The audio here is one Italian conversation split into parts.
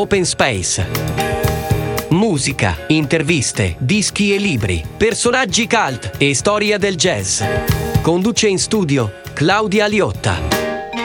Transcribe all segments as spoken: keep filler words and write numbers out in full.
Open Space. Musica, interviste, dischi e libri, personaggi cult e storia del jazz. Conduce in studio Claudia Liotta.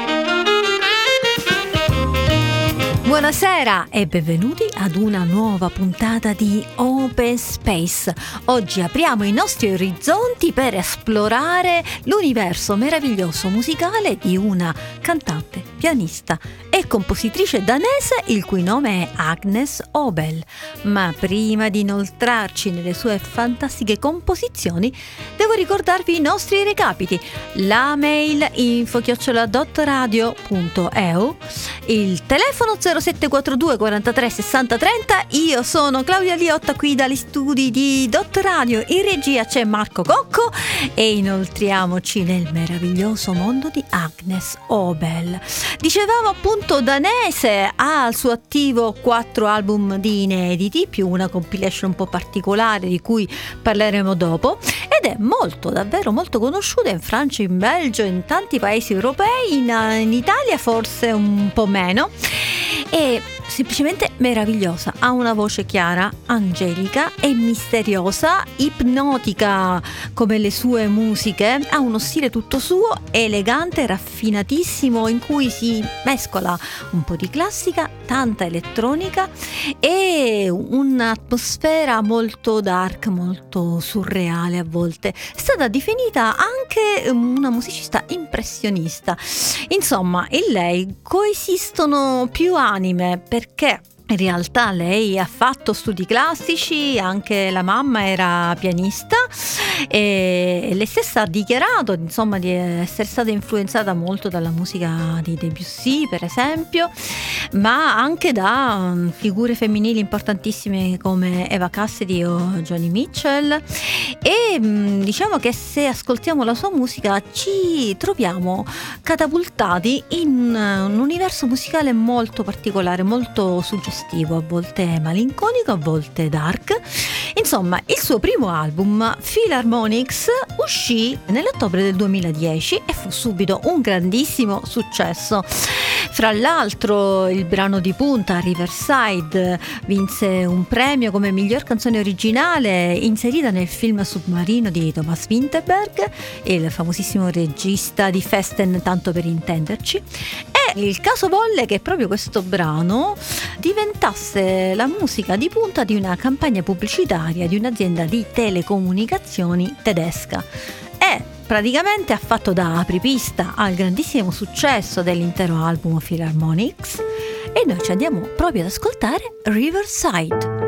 Buonasera e benvenuti ad una nuova puntata di Open Space. Oggi apriamo i nostri orizzonti per esplorare l'universo meraviglioso musicale di una cantante, pianista e compositrice danese il cui nome è Agnes Obel. Ma prima di inoltrarci nelle sue fantastiche composizioni, devo ricordarvi i nostri recapiti: la mail info chiocciola dot radio punto e u, il telefono zero sette quattro due quarantatré sessanta trenta. Io sono Claudia Liotta qui dagli studi di Dot Radio, in regia c'è Marco Cocco e inoltriamoci nel meraviglioso mondo di Agnes Obel. Dicevamo appunto danese, ha al suo attivo quattro album di inediti più una compilation un po' particolare di cui parleremo dopo, ed è molto, davvero molto conosciuta in Francia, in Belgio, in tanti paesi europei, in, in Italia forse un po' meno. È semplicemente meravigliosa, ha una voce chiara, angelica e misteriosa, ipnotica come le sue musiche, ha uno stile tutto suo, elegante, raffinatissimo, in cui si mescola un po' di classica, tanta elettronica e un'atmosfera molto dark, molto surreale a volte. È stata definita anche una musicista impressionista. Insomma, in lei coesistono più anime, perché in realtà lei ha fatto studi classici, anche la mamma era pianista e lei stessa ha dichiarato insomma di essere stata influenzata molto dalla musica di Debussy, per esempio, ma anche da figure femminili importantissime come Eva Cassidy o Joni Mitchell. E diciamo che se ascoltiamo la sua musica ci troviamo catapultati in un universo musicale molto particolare, molto suggestivo, a volte malinconico, a volte dark. Insomma, il suo primo album, Philharmonics, uscì nell'ottobre del duemiladieci e fu subito un grandissimo successo. Fra l'altro il brano di punta, Riverside, vinse un premio come miglior canzone originale inserita nel film Submarino di Thomas Vinterberg, il famosissimo regista di Festen, tanto per intenderci. E il caso volle che proprio questo brano diventasse la musica di punta di una campagna pubblicitaria di un'azienda di telecomunicazioni tedesca. E praticamente ha fatto da apripista al grandissimo successo dell'intero album Philharmonics, e noi ci andiamo proprio ad ascoltare Riverside.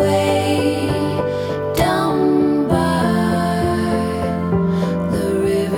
The river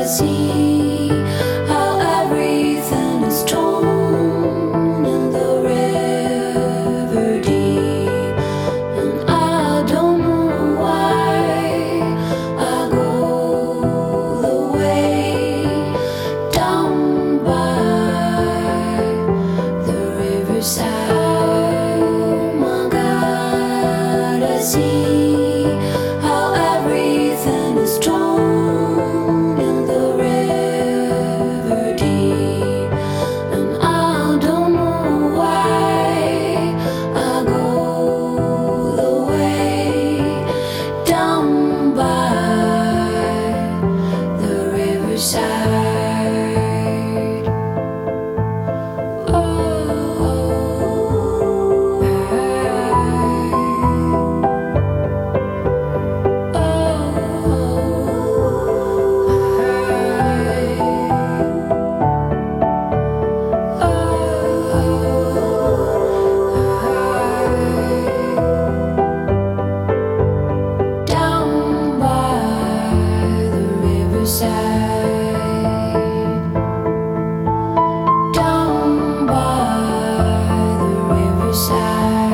see how everything is torn in the river deep, and I don't know why I go the way down by the riverside. Oh my God, I see how everything is torn in the river deep, and I don't know why I go the way down by the riverside. Down by the riverside, down by the riverside.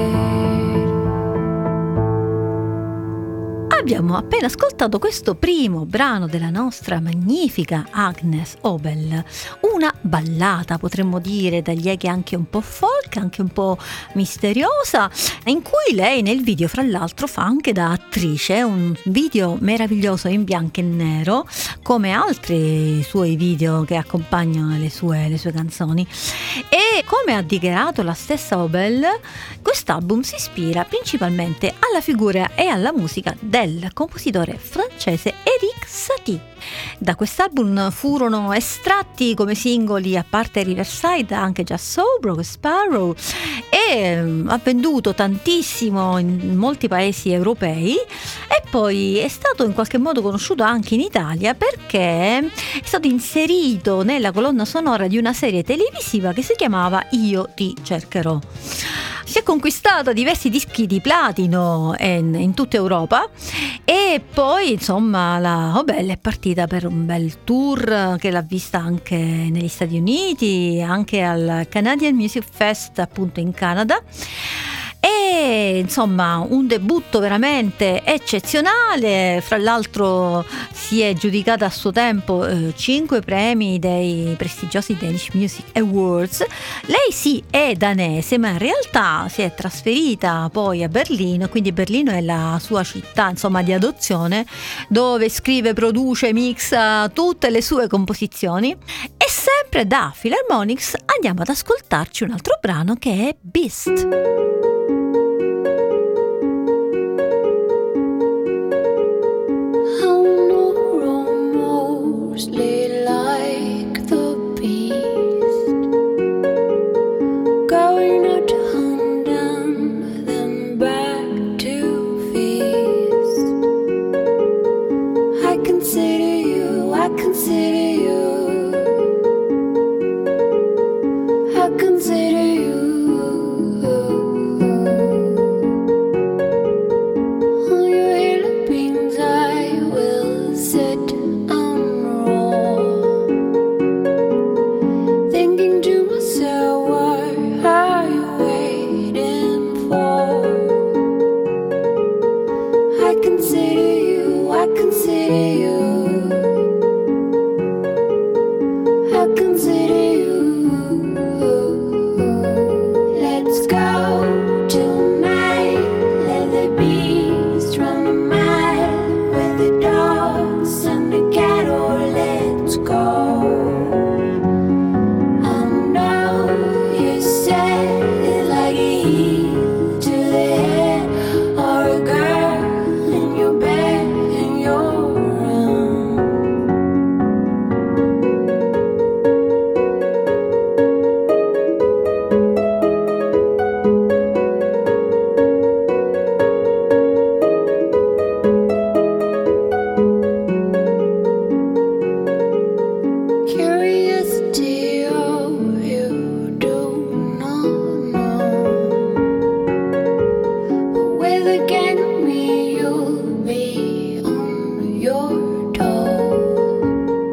Abbiamo appena ascoltato questo primo brano della nostra magnifica Agnes Obel, una ballata potremmo dire dagli eghi anche un po' folk, anche un po' misteriosa, in cui lei nel video fra l'altro fa anche da attrice, un video meraviglioso in bianco e nero come altri suoi video che accompagnano le sue, le sue canzoni. E come ha dichiarato la stessa Obel, quest'album si ispira principalmente alla figura e alla musica del compositore francese Erik Satie. Da quest'album furono estratti come singoli, a parte Riverside, anche Just So, Broken Sparrow, e um, ha venduto tantissimo in molti paesi europei, e poi è stato in qualche modo conosciuto anche in Italia perché è stato inserito nella colonna sonora di una serie televisiva che si chiamava Io ti cercherò. Si è conquistato diversi dischi di platino in, in tutta Europa, e poi insomma la Obel è partita per un bel tour che l'ha vista anche negli Stati Uniti, anche al Canadian Music Fest appunto in Canada. E insomma un debutto veramente eccezionale. Fra l'altro si è giudicata a suo tempo eh, cinque premi dei prestigiosi Danish Music Awards. Lei sì è danese, ma in realtà si è trasferita poi a Berlino, quindi Berlino è la sua città insomma di adozione, dove scrive, produce, mixa tutte le sue composizioni. E sempre da Philharmonics andiamo ad ascoltarci un altro brano che è Beast. Mostly like the beast, going out to hunt them, then back to feast. I consider you, I consider you, I consider you. On your hill beams I will sit. Thinking to myself, what are you waiting for? I consider you, I consider you, I consider you. Let's go tonight, let the beast run a mile with the dogs and the cattle. Let's go. Your toes.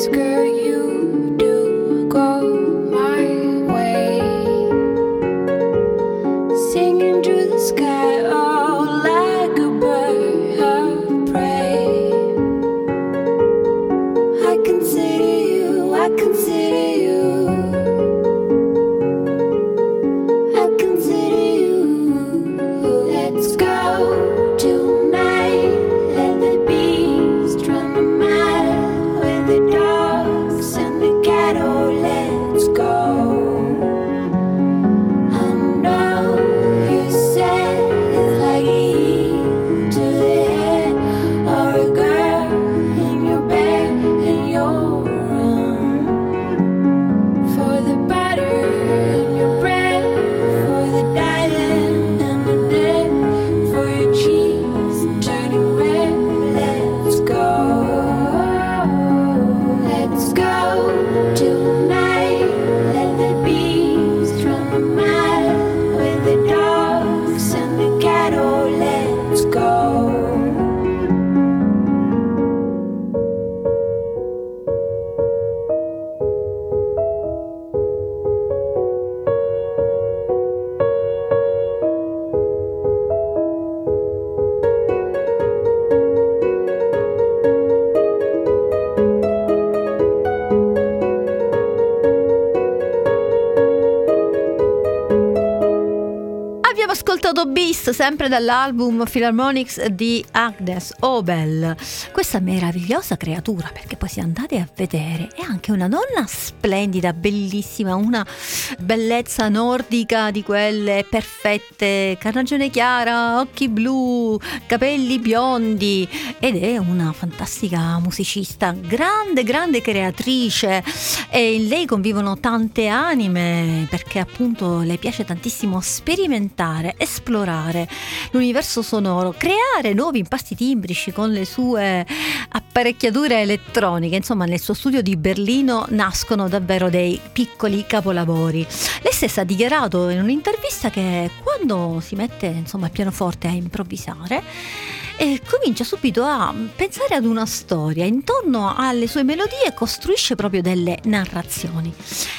Beast, sempre dall'album Philharmonics di Agnes Obel. Questa meravigliosa creatura, perché poi si andate a vedere, è anche una donna splendida, bellissima, una bellezza nordica di quelle perfette, carnagione chiara, occhi blu, capelli biondi, ed è una fantastica musicista, grande grande creatrice, e in lei convivono tante anime, perché appunto le piace tantissimo sperimentare, esplorare l'universo sonoro, creare nuovi impasti timbrici con le sue apparecchiature elettroniche. Insomma, nel suo studio di Berlino nascono davvero dei piccoli capolavori. Lei stessa ha dichiarato in un'intervista che quando si mette insomma al pianoforte a improvvisare e comincia subito a pensare ad una storia, intorno alle sue melodie costruisce proprio delle narrazioni.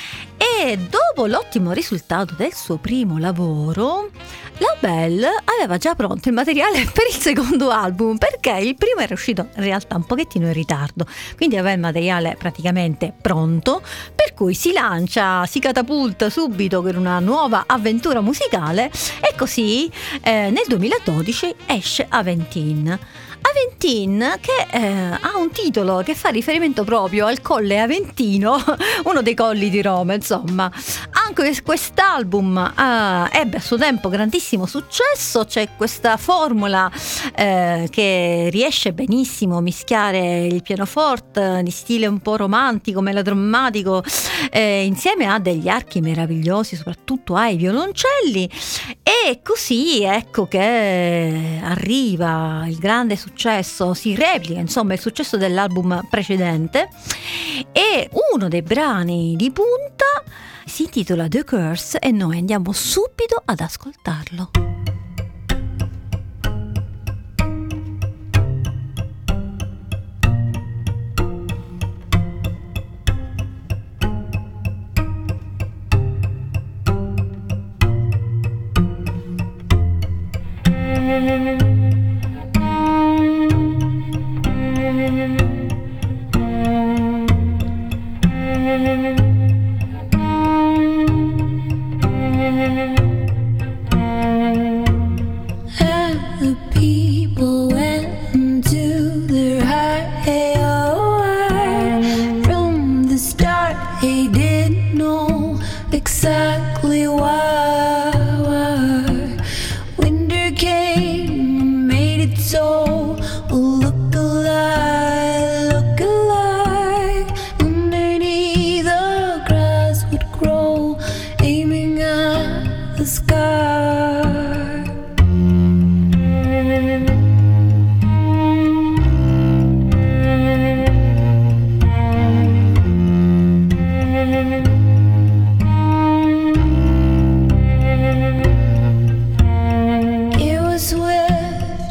E dopo l'ottimo risultato del suo primo lavoro, la Obel aveva già pronto il materiale per il secondo album, perché il primo era uscito in realtà un pochettino in ritardo, quindi aveva il materiale praticamente pronto, per cui si lancia, si catapulta subito per una nuova avventura musicale, e così eh, nel duemiladodici esce Aventin. Aventin, che eh, ha un titolo che fa riferimento proprio al Colle Aventino, uno dei colli di Roma, insomma. Anche quest'album eh, ebbe a suo tempo grandissimo successo. C'è questa formula eh, che riesce benissimo a mischiare il pianoforte di stile un po' romantico, melodrammatico, eh, insieme a degli archi meravigliosi, soprattutto ai violoncelli, e così ecco che arriva il grande successo, si replica insomma il successo dell'album precedente, e uno dei brani di punta si intitola The Curse e noi andiamo subito ad ascoltarlo.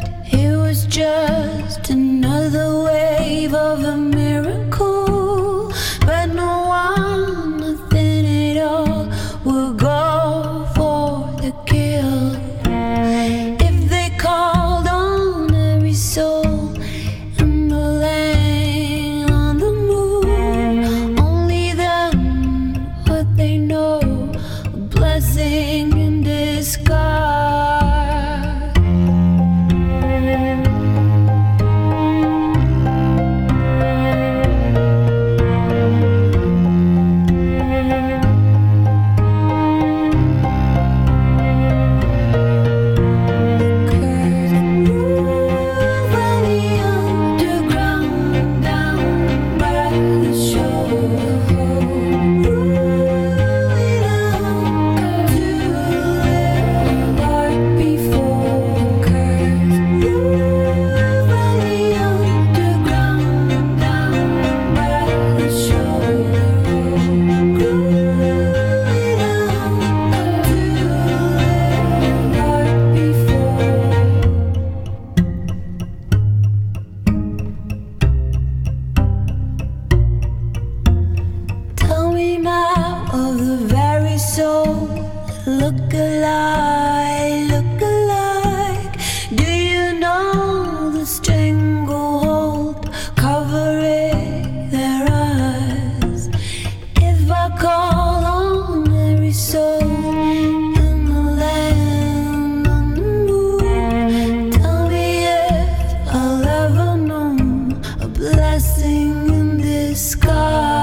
Just another wave of a miracle. look alike, look alike. Do you know the stranglehold covering their eyes? If I call on every soul in the land on the moon, tell me if I'll ever know a blessing in this sky.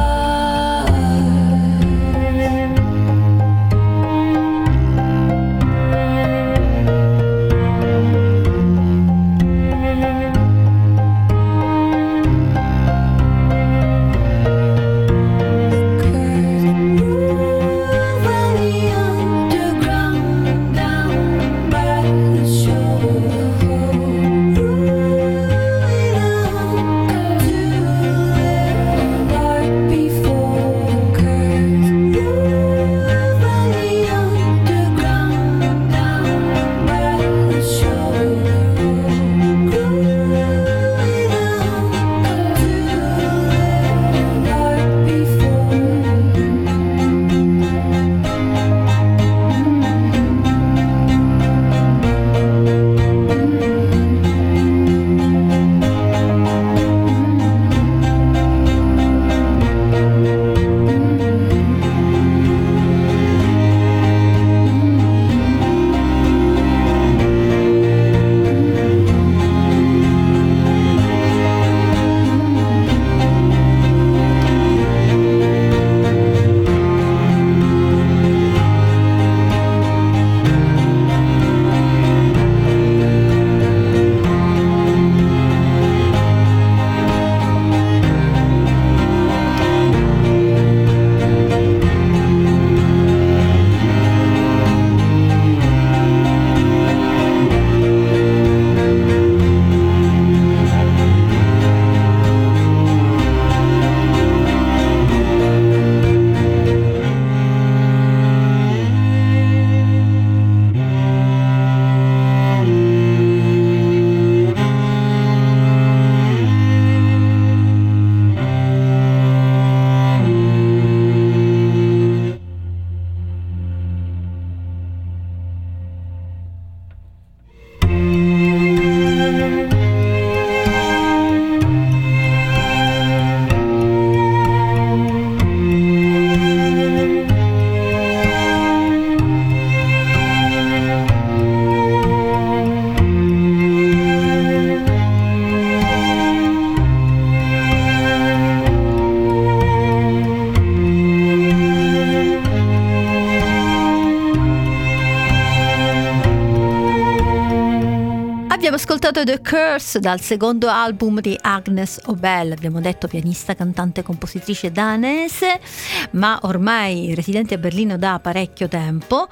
Abbiamo ascoltato The Curse dal secondo album di Agnes Obel, abbiamo detto pianista, cantante, compositrice danese, ma ormai residente a Berlino da parecchio tempo.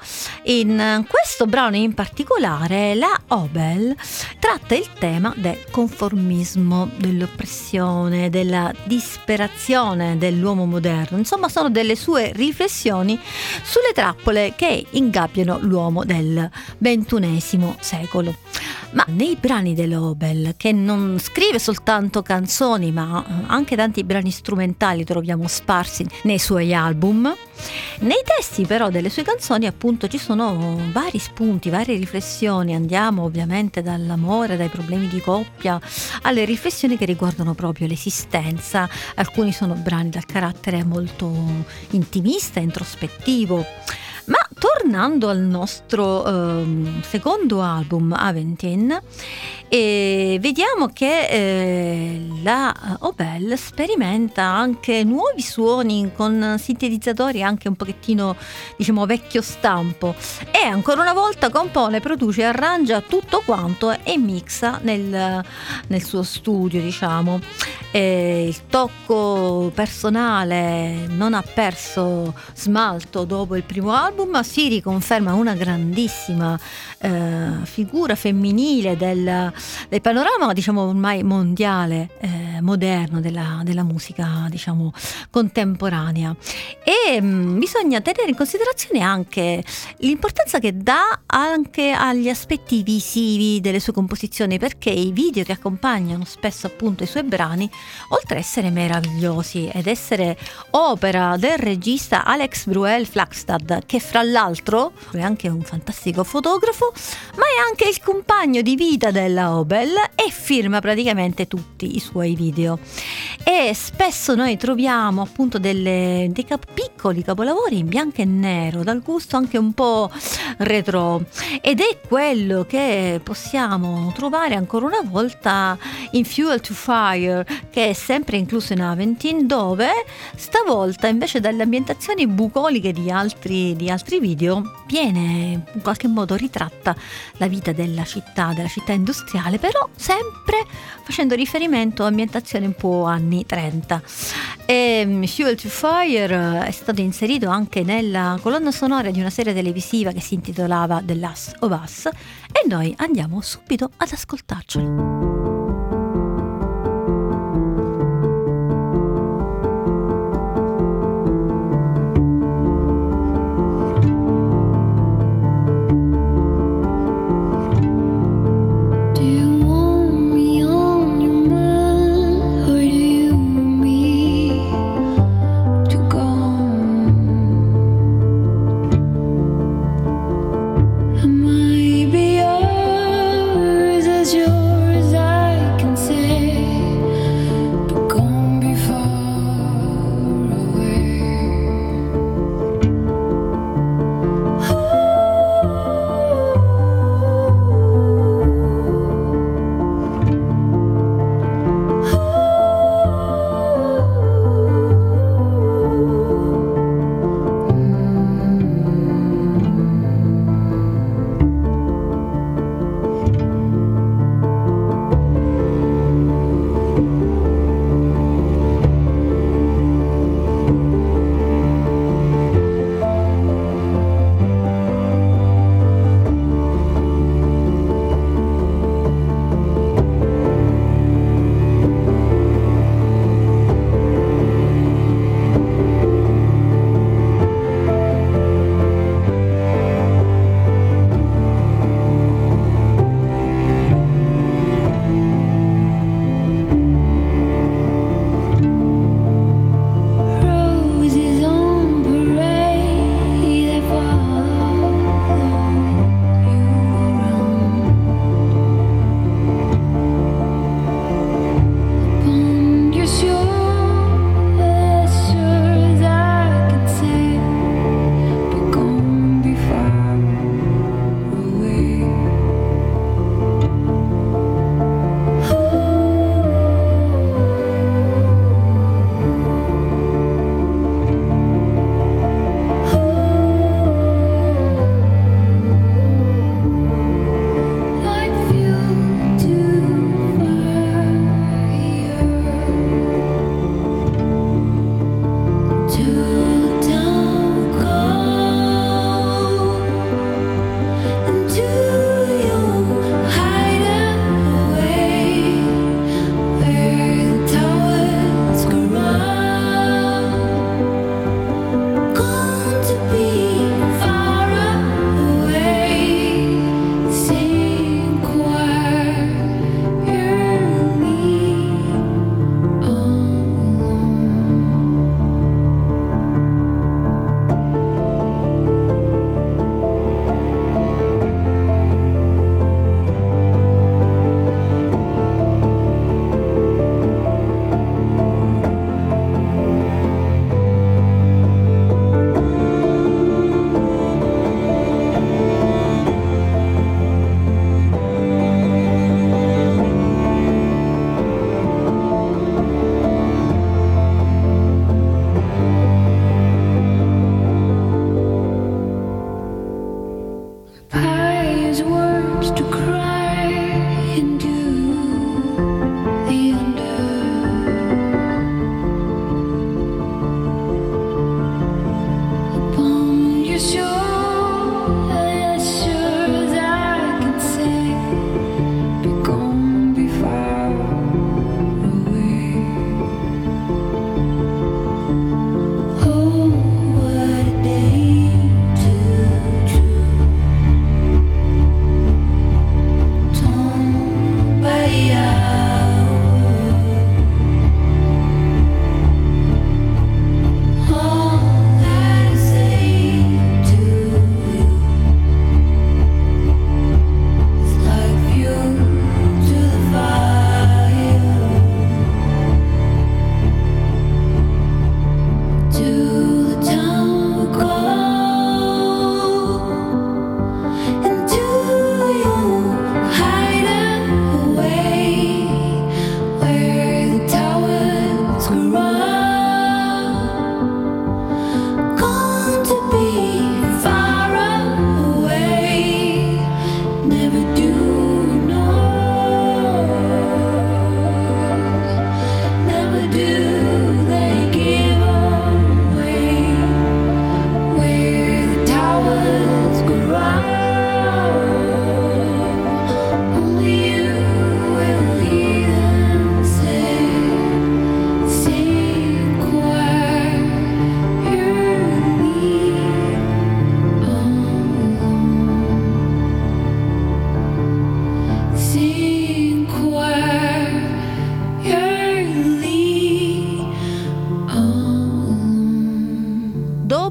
In questo brano in particolare la Obel tratta il tema del conformismo, dell'oppressione, della disperazione dell'uomo moderno. Insomma, sono delle sue riflessioni sulle trappole che ingabbiano l'uomo del ventunesimo secolo. Ma nei brani dell'Obel, che non scrive soltanto canzoni ma anche tanti brani strumentali troviamo sparsi nei suoi album, nei testi però delle sue canzoni appunto ci sono vari spunti, varie riflessioni. Andiamo ovviamente dall'amore, dai problemi di coppia, alle riflessioni che riguardano proprio l'esistenza. Alcuni sono brani dal carattere molto intimista, introspettivo. Ma tornando al nostro ehm, secondo album, Aventin, e vediamo che eh, la Obel sperimenta anche nuovi suoni con sintetizzatori anche un pochettino, diciamo, vecchio stampo, e ancora una volta compone, produce, arrangia tutto quanto e mixa nel, nel suo studio, diciamo. E il tocco personale non ha perso smalto dopo il primo album, ma si riconferma una grandissima eh, figura femminile del, del panorama, diciamo, ormai mondiale, eh, moderno della, della musica, diciamo, contemporanea. E mh, bisogna tenere in considerazione anche l'importanza che dà anche agli aspetti visivi delle sue composizioni, perché i video che accompagnano spesso appunto i suoi brani oltre a essere meravigliosi ed essere opera del regista Alex Bruel Flagstad, che fra l'altro è anche un fantastico fotografo, ma è anche il compagno di vita della Obel e firma praticamente tutti i suoi video. E spesso noi troviamo appunto delle, dei cap- piccoli capolavori in bianco e nero, dal gusto anche un po' retro, ed è quello che possiamo trovare ancora una volta in Fuel to Fire, che è sempre incluso in Aventin, dove stavolta invece dalle ambientazioni bucoliche di altri, di altri video viene in qualche modo ritratta la vita della città, della città industriale, però sempre facendo riferimento a ambientazioni un po' anni trenta. E Fuel to Fire è stato inserito anche nella colonna sonora di una serie televisiva che si intitolava The Last of Us, e noi andiamo subito ad ascoltarcelo. Yours as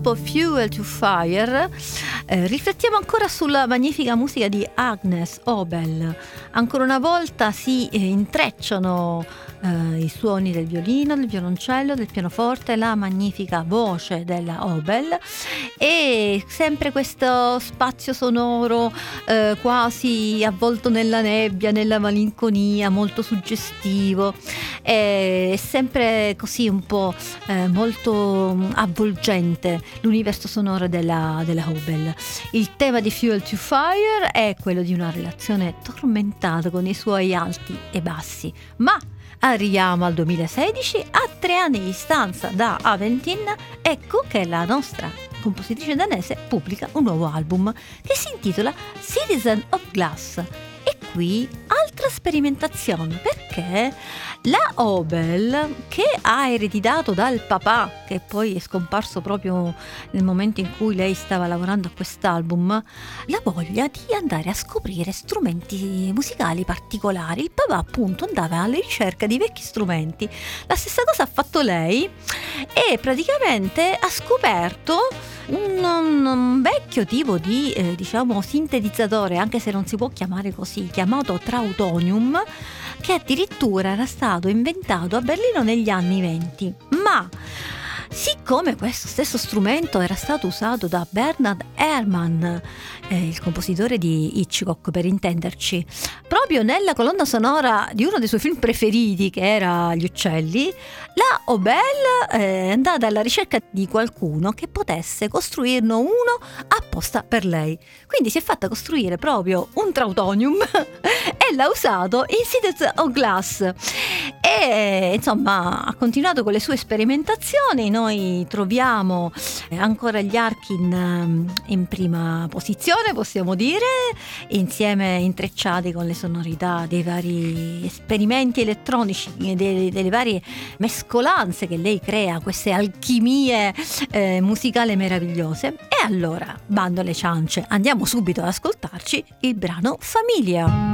dopo Fuel to Fire eh, riflettiamo ancora sulla magnifica musica di Agnes Obel. Ancora una volta si eh, intrecciano eh, i suoni del violino, del violoncello, del pianoforte, la magnifica voce della Obel e sempre questo spazio sonoro eh, quasi avvolto nella nebbia, nella malinconia, molto suggestivo. È sempre così un po' eh, molto avvolgente l'universo sonoro della, della Obel. Il tema di Fuel to Fire è quello di una relazione tormentata con i suoi alti e bassi, ma arriviamo al duemilasedici, a tre anni di distanza da Aventin, ecco che la nostra compositrice danese pubblica un nuovo album che si intitola Citizen of Glass. E qui altra sperimentazione, perché la Obel, che ha ereditato dal papà, che poi è scomparso proprio nel momento in cui lei stava lavorando a quest'album, la voglia di andare a scoprire strumenti musicali particolari. Il papà appunto andava alla ricerca di vecchi strumenti. La stessa cosa ha fatto lei e praticamente ha scoperto un, un, un vecchio tipo di eh, diciamo sintetizzatore, anche se non si può chiamare così, chiamato Trautonium, che addirittura era stato inventato a Berlino negli anni venti. Ma siccome questo stesso strumento era stato usato da Bernard Herrmann, eh, il compositore di Hitchcock per intenderci, proprio nella colonna sonora di uno dei suoi film preferiti, che era Gli uccelli, la Obel eh, è andata alla ricerca di qualcuno che potesse costruirne uno apposta per lei. Quindi si è fatta costruire proprio un Trautonium e l'ha usato in Citizen of Glass. E insomma ha continuato con le sue sperimentazioni. Noi troviamo ancora gli Arkin in prima posizione, possiamo dire, insieme intrecciati con le sonorità dei vari esperimenti elettronici, delle, delle varie mescolanze che lei crea, queste alchimie eh, musicali meravigliose. E allora, bando alle ciance, andiamo subito ad ascoltarci il brano Familia.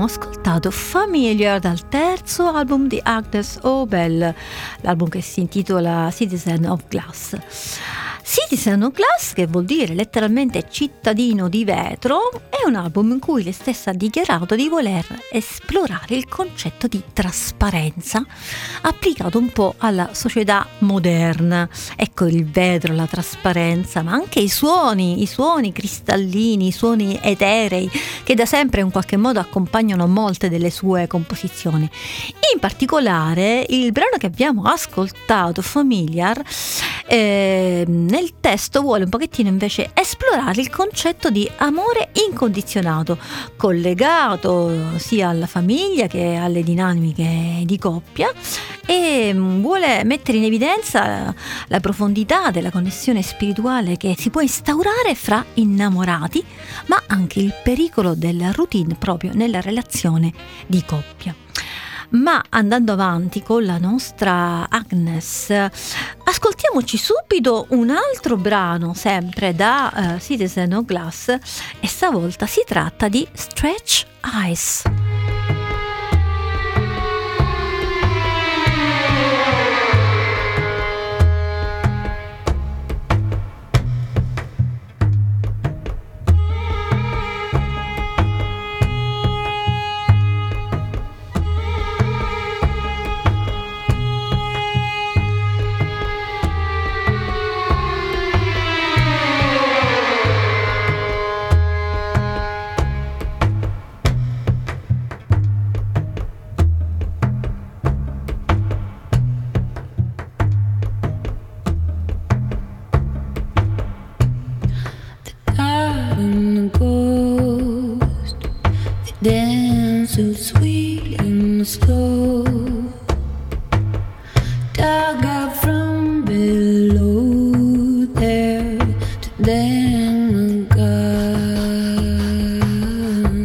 abbiamo ascoltato Familiar dal terzo album di Agnes Obel, l'album che si intitola Citizen of Glass. Citizen of Glass, che vuol dire letteralmente cittadino di vetro, è un album in cui lei stessa ha dichiarato di voler esplorare il concetto di trasparenza applicato un po' alla società moderna. Ecco, il vetro, la trasparenza, ma anche i suoni, i suoni cristallini, i suoni eterei che da sempre in qualche modo accompagnano molte delle sue composizioni. In particolare il brano che abbiamo ascoltato, Familiar, eh, nel testo vuole un pochettino invece esplorare il concetto di amore incondizionato, collegato sia alla famiglia che alle dinamiche di coppia, e vuole mettere in evidenza la profondità della connessione spirituale che si può instaurare fra innamorati, ma anche il pericolo della routine proprio nella relazione di coppia. Ma andando avanti con la nostra Agnes, ascoltiamoci subito un altro brano sempre da uh, Citizen of Glass, e stavolta si tratta di Stretch Eyes. Dance so sweet and slow, dug up from below there to them guns,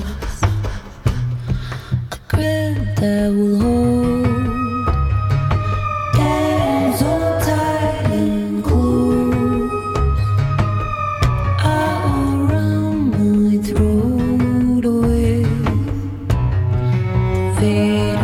a grip that will hold, dance so tight and close, all around my throat away. Fade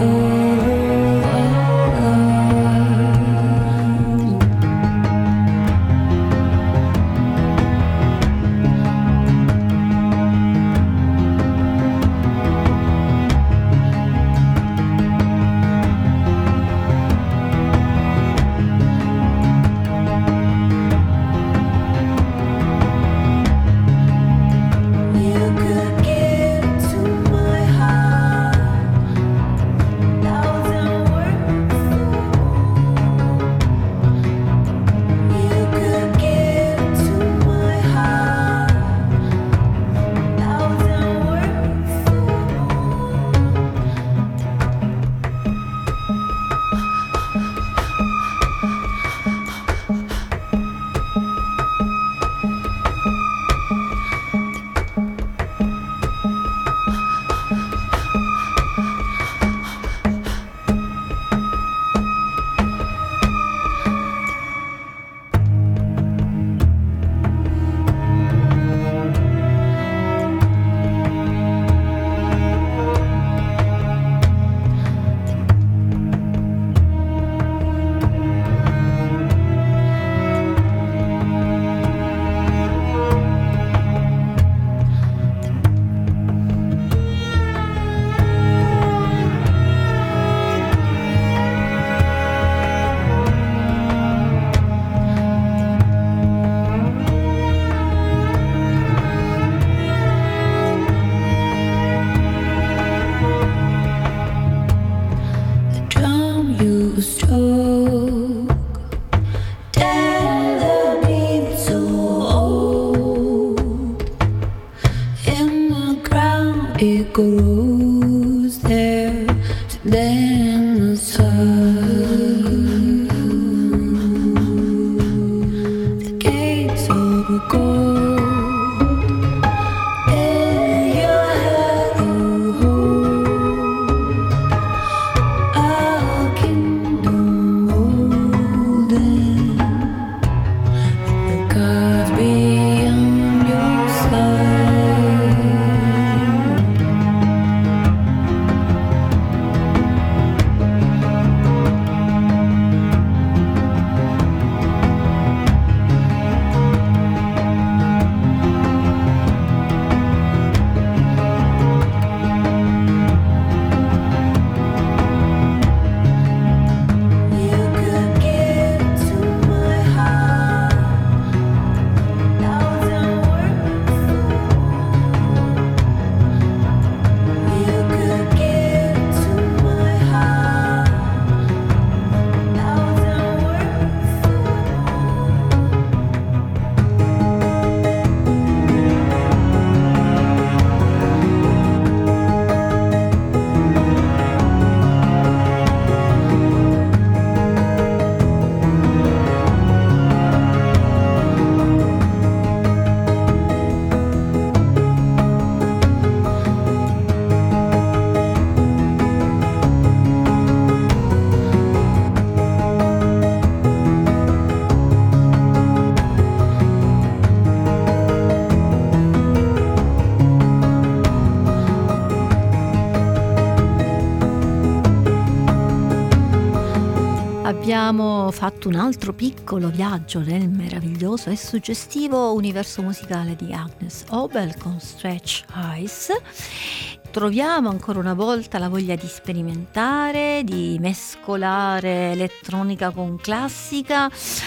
abbiamo fatto un altro piccolo viaggio nel meraviglioso e suggestivo universo musicale di Agnes Obel con Stretch Eyes. Troviamo ancora una volta la voglia di sperimentare, di mescolare elettronica con classica,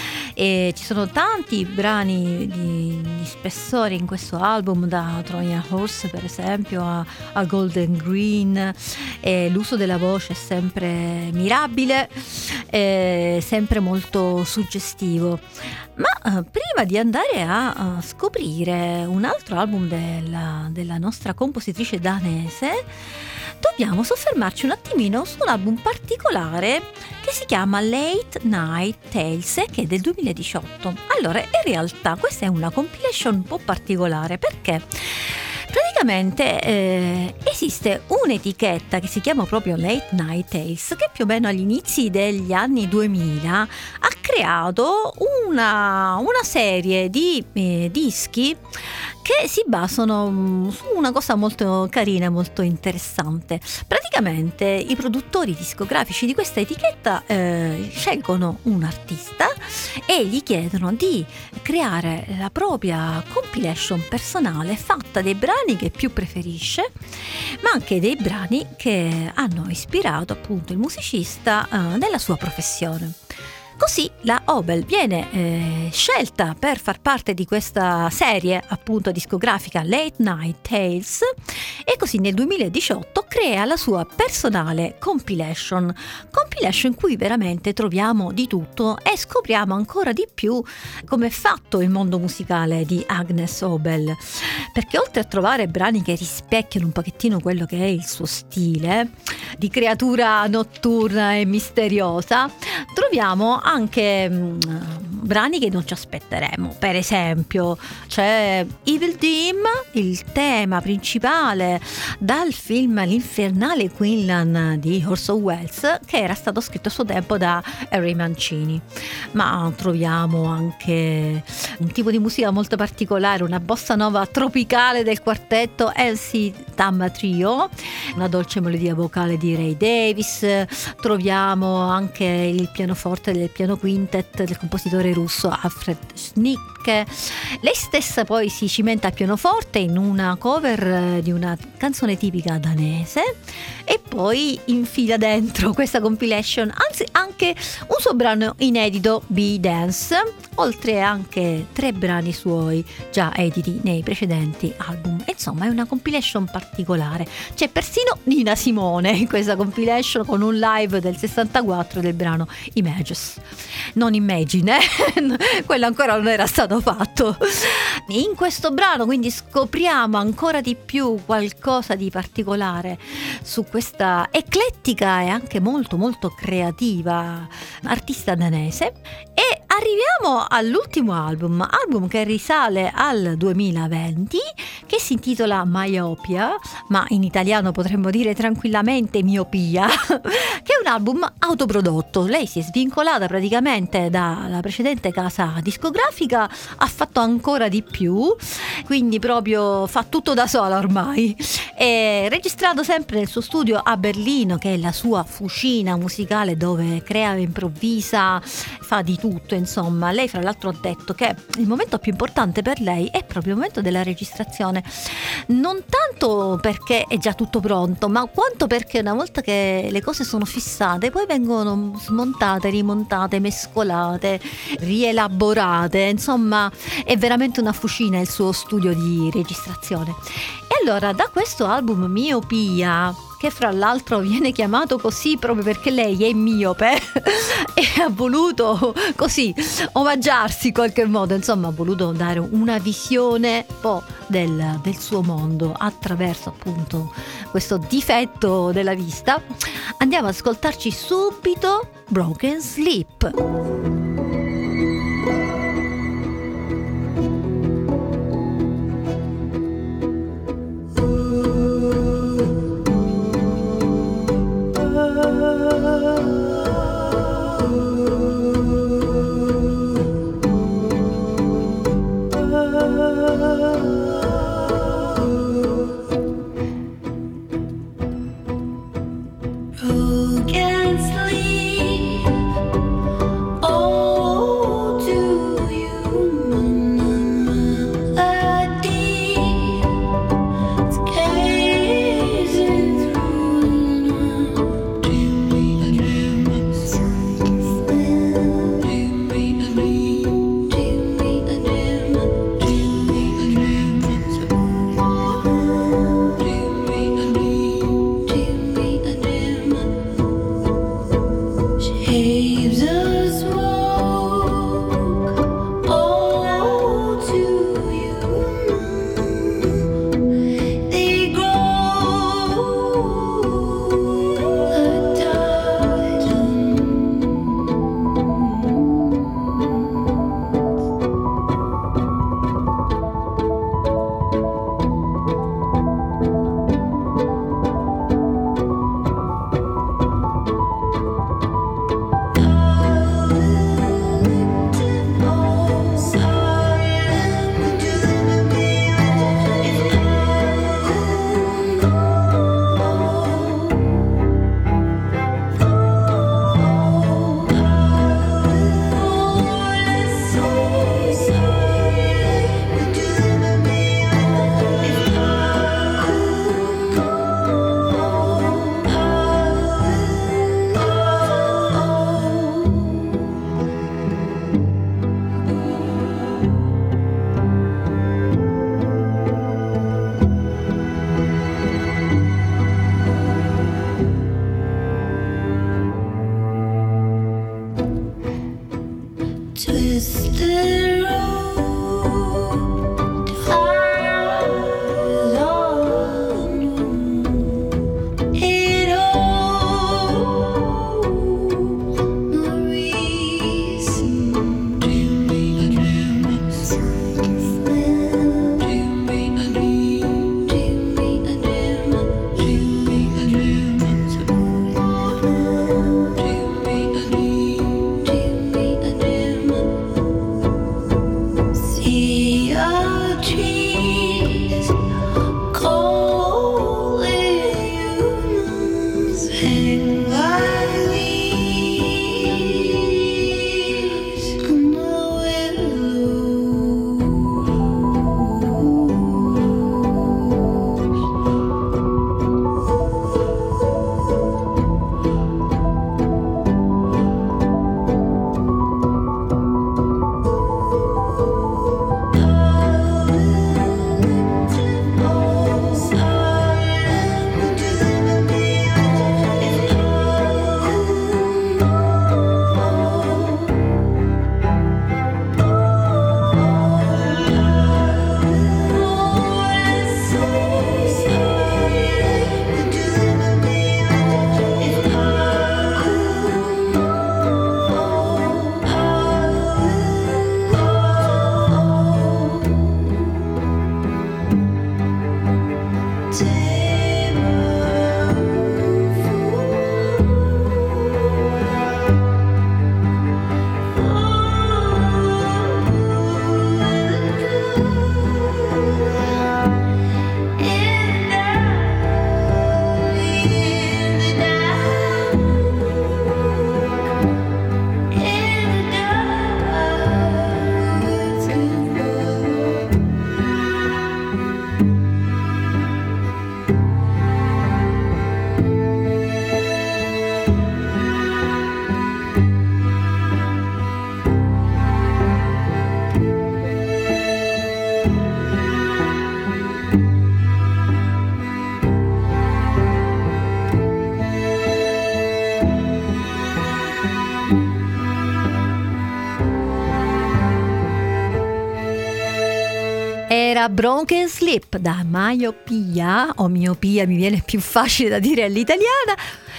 e ci sono tanti brani di, di spessore in questo album, da Trojan Horse per esempio a, a Golden Green, e l'uso della voce è sempre mirabile, è sempre molto suggestivo. Ma eh, prima di andare a, a scoprire un altro album della, della nostra compositrice danese, dobbiamo soffermarci un attimino su un album particolare che si chiama Late Night Tales, che è del duemiladiciotto. Allora, in realtà questa è una compilation un po' particolare, perché praticamente eh, esiste un'etichetta che si chiama proprio Late Night Tales, che più o meno agli inizi degli anni duemila ha creato una, una serie di eh, dischi che si basano su una cosa molto carina, molto interessante. Praticamente i produttori discografici di questa etichetta eh, scelgono un artista e gli chiedono di creare la propria compilation personale fatta dei brani che più preferisce, ma anche dei brani che hanno ispirato appunto il musicista eh, nella sua professione. Così la Obel viene eh, scelta per far parte di questa serie appunto discografica Late Night Tales, e così nel duemiladiciotto crea la sua personale compilation, compilation in cui veramente troviamo di tutto e scopriamo ancora di più come è fatto il mondo musicale di Agnes Obel, perché oltre a trovare brani che rispecchiano un pochettino quello che è il suo stile di creatura notturna e misteriosa, troviamo anche mh, brani che non ci aspetteremo. Per esempio c'è Evil Dim, il tema principale dal film L'infernale Quinlan di Orson Welles, che era stato scritto a suo tempo da Harry Mancini. Ma troviamo anche un tipo di musica molto particolare, una bossa nova tropicale del quartetto L C Tama Trio, una dolce melodia vocale di Ray Davis. Troviamo anche il pianoforte del piano quintet del compositore russo Alfred Schnittke. Lei stessa poi si cimenta al pianoforte in una cover di una canzone tipica danese, e poi infila dentro questa compilation anzi anche un suo brano inedito, Be Dance, oltre anche tre brani suoi già editi nei precedenti album. Insomma, è una compilation particolare. C'è persino Nina Simone in questa compilation, con un live del sessantaquattro del brano Images. Non Imagine, eh? Quello ancora non era stato fatto. In questo brano quindi scopriamo ancora di più qualcosa di particolare su questa eclettica e anche molto molto creativa artista danese, e arriviamo all'ultimo album, album che risale al duemilaventi, che si intitola Myopia, ma in italiano potremmo dire tranquillamente Miopia, che è un album autoprodotto. Lei si è svincolata praticamente dalla precedente casa discografica, ha fatto ancora di più, quindi proprio fa tutto da sola ormai. È registrato sempre nel suo studio a Berlino, che è la sua fucina musicale dove crea, improvvisa, fa di tutto. Insomma, lei fra l'altro ha detto che il momento più importante per lei è proprio il momento della registrazione, non tanto perché è già tutto pronto, ma quanto perché una volta che le cose sono fissate poi vengono smontate, rimontate, mescolate, rielaborate. Insomma, è veramente una fucina il suo studio di registrazione. E allora, da questo album Miopia, che fra l'altro viene chiamato così proprio perché lei è miope e ha voluto così omaggiarsi in qualche modo, insomma ha voluto dare una visione un po' del, del suo mondo attraverso appunto questo difetto della vista. Andiamo ad ascoltarci subito Broken Sleep. Who can sleep? Era Broken Sleep da Myopia, o Miopia mi viene più facile da dire all'italiana,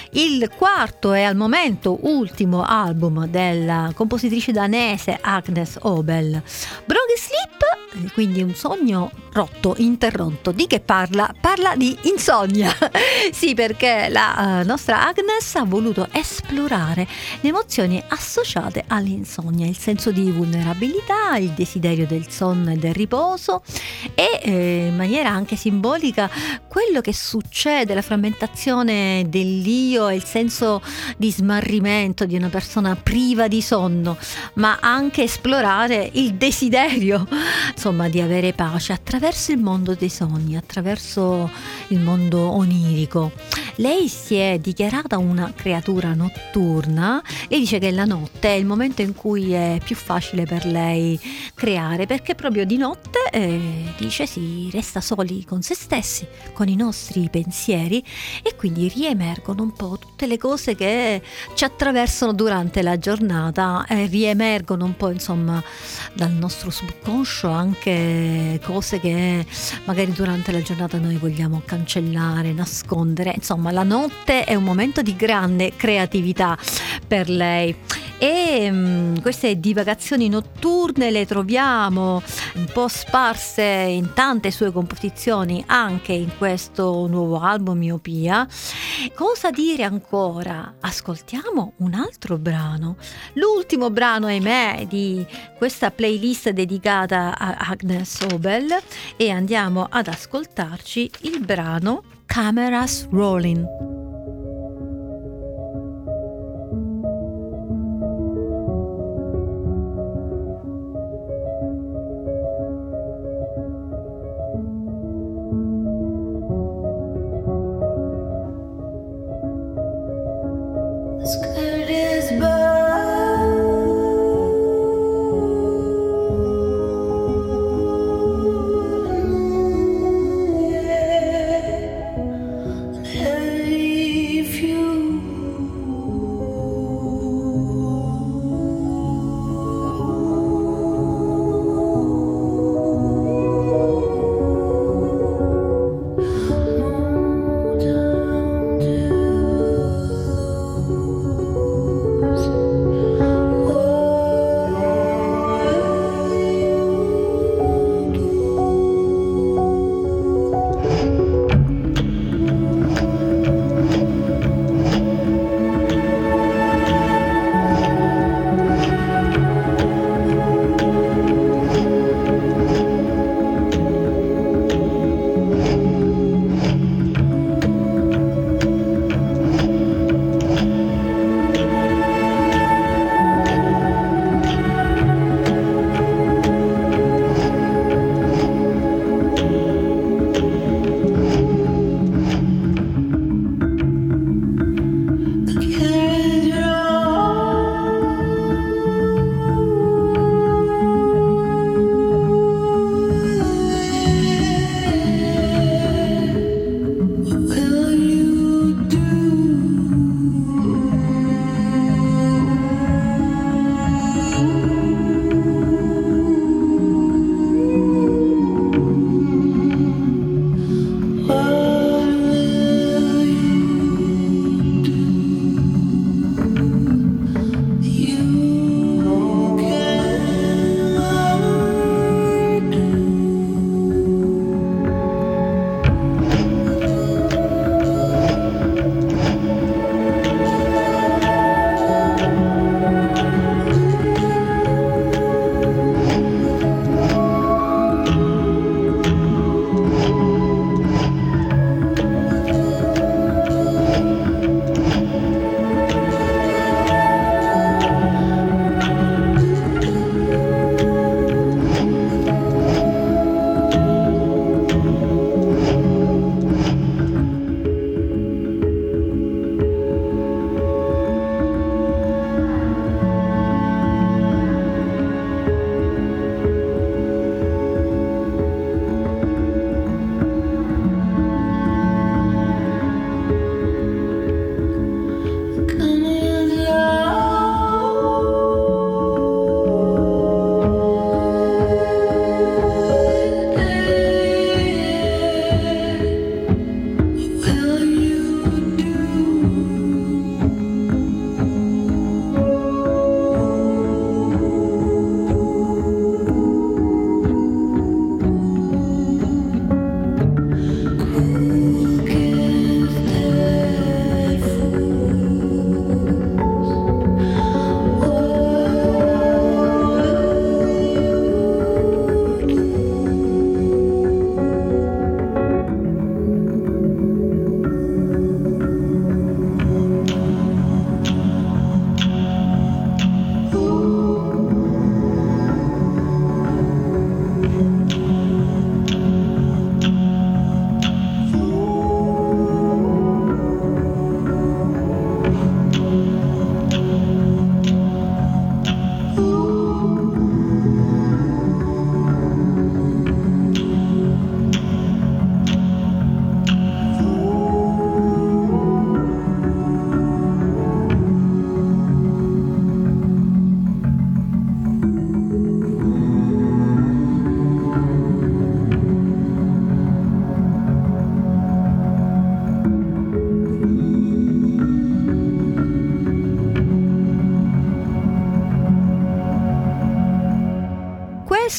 il quarto e al momento ultimo album della compositrice danese Agnes Obel. Broken Sleep, quindi un sogno rotto, interrotto. Di che parla? Parla di insonnia. Sì, perché la uh, nostra Agnes ha voluto esplorare le emozioni associate all'insonnia, il senso di vulnerabilità, il desiderio del sonno e del riposo e eh, in maniera anche simbolica quello che succede, la frammentazione dell'io e il senso di smarrimento di una persona priva di sonno, ma anche esplorare il desiderio, insomma, di avere pace attraverso il mondo dei sogni, attraverso il mondo onirico. Lei si è dichiarata una creatura notturna e dice che la notte è il momento in cui è più facile per lei creare, perché proprio di notte eh, dice si resta soli con se stessi, con i nostri pensieri, e quindi riemergono un po' tutte le cose che ci attraversano durante la giornata, eh, riemergono un po', insomma, dal nostro subconscio anche cose che magari durante la giornata noi vogliamo cancellare, nascondere. Insomma, la notte è un momento di grande creatività per lei. E um, queste divagazioni notturne le troviamo un po' sparse in tante sue composizioni, anche in questo nuovo album Miopia. Cosa dire ancora? Ascoltiamo un altro brano, l'ultimo brano, ahimè, di questa playlist dedicata a Agnes Obel, e andiamo ad ascoltarci il brano Cameras Rolling. Hey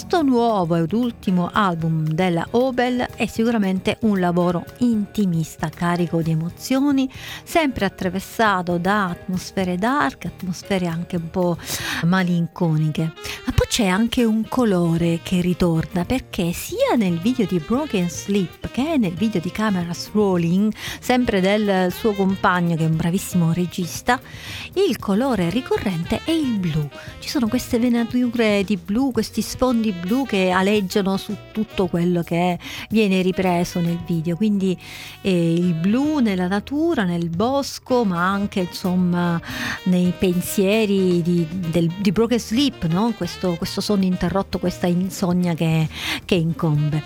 questo nuovo ed ultimo album della Obel è sicuramente un lavoro intimista, carico di emozioni, sempre attraversato da atmosfere dark, atmosfere anche un po' malinconiche. Ma poi c'è anche un colore che ritorna, perché sia nel video di Broken Sleep che nel video di Cameras Rolling, sempre del suo compagno che è un bravissimo regista, il colore ricorrente è il blu. Ci sono queste venature di blu, questi sfondi blu che aleggiano su tutto quello che viene ripreso nel video, quindi eh, il blu nella natura, nel bosco, ma anche insomma nei pensieri di, del, di Broken Sleep, no? questo, questo sonno interrotto, questa insonnia che, che incombe.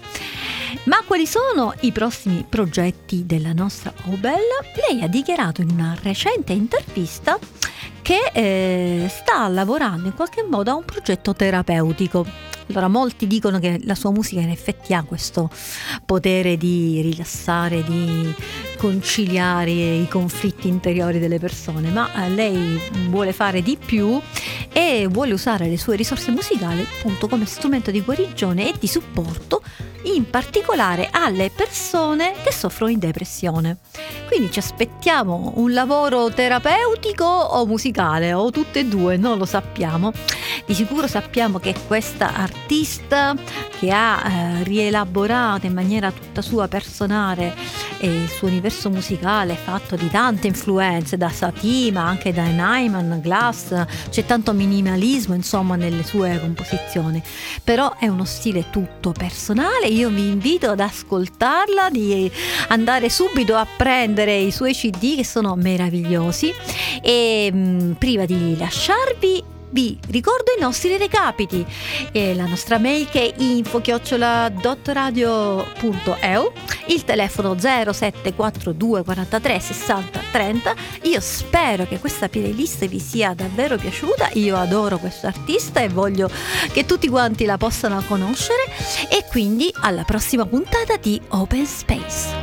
Ma quali sono i prossimi progetti della nostra Obel? Lei ha dichiarato in una recente intervista che eh, sta lavorando in qualche modo a un progetto terapeutico. Allora, molti dicono che la sua musica in effetti ha questo potere di rilassare, di conciliare i conflitti interiori delle persone, ma eh, lei vuole fare di più e vuole usare le sue risorse musicali appunto come strumento di guarigione e di supporto, in particolare alle persone che soffrono di depressione. Quindi ci aspettiamo un lavoro terapeutico o musicale, o tutte e due, non lo sappiamo. Di sicuro sappiamo che questa artista, che ha eh, rielaborato in maniera tutta sua personale eh, il suo universo musicale, fatto di tante influenze, da Satie ma anche da Nyman, Glass, c'è tanto minimalismo insomma nelle sue composizioni, però è uno stile tutto personale. Io vi invito ad ascoltarla, di andare subito a prendere i suoi C D che sono meravigliosi, e mh, prima di lasciarvi vi ricordo i nostri recapiti, e la nostra mail che è info chiocciola dottoradio punto e u, il telefono zero sette quattro due quarantatré sessanta trenta. Io spero che questa playlist vi sia davvero piaciuta, io adoro questo artista e voglio che tutti quanti la possano conoscere, e quindi alla prossima puntata di Open Space.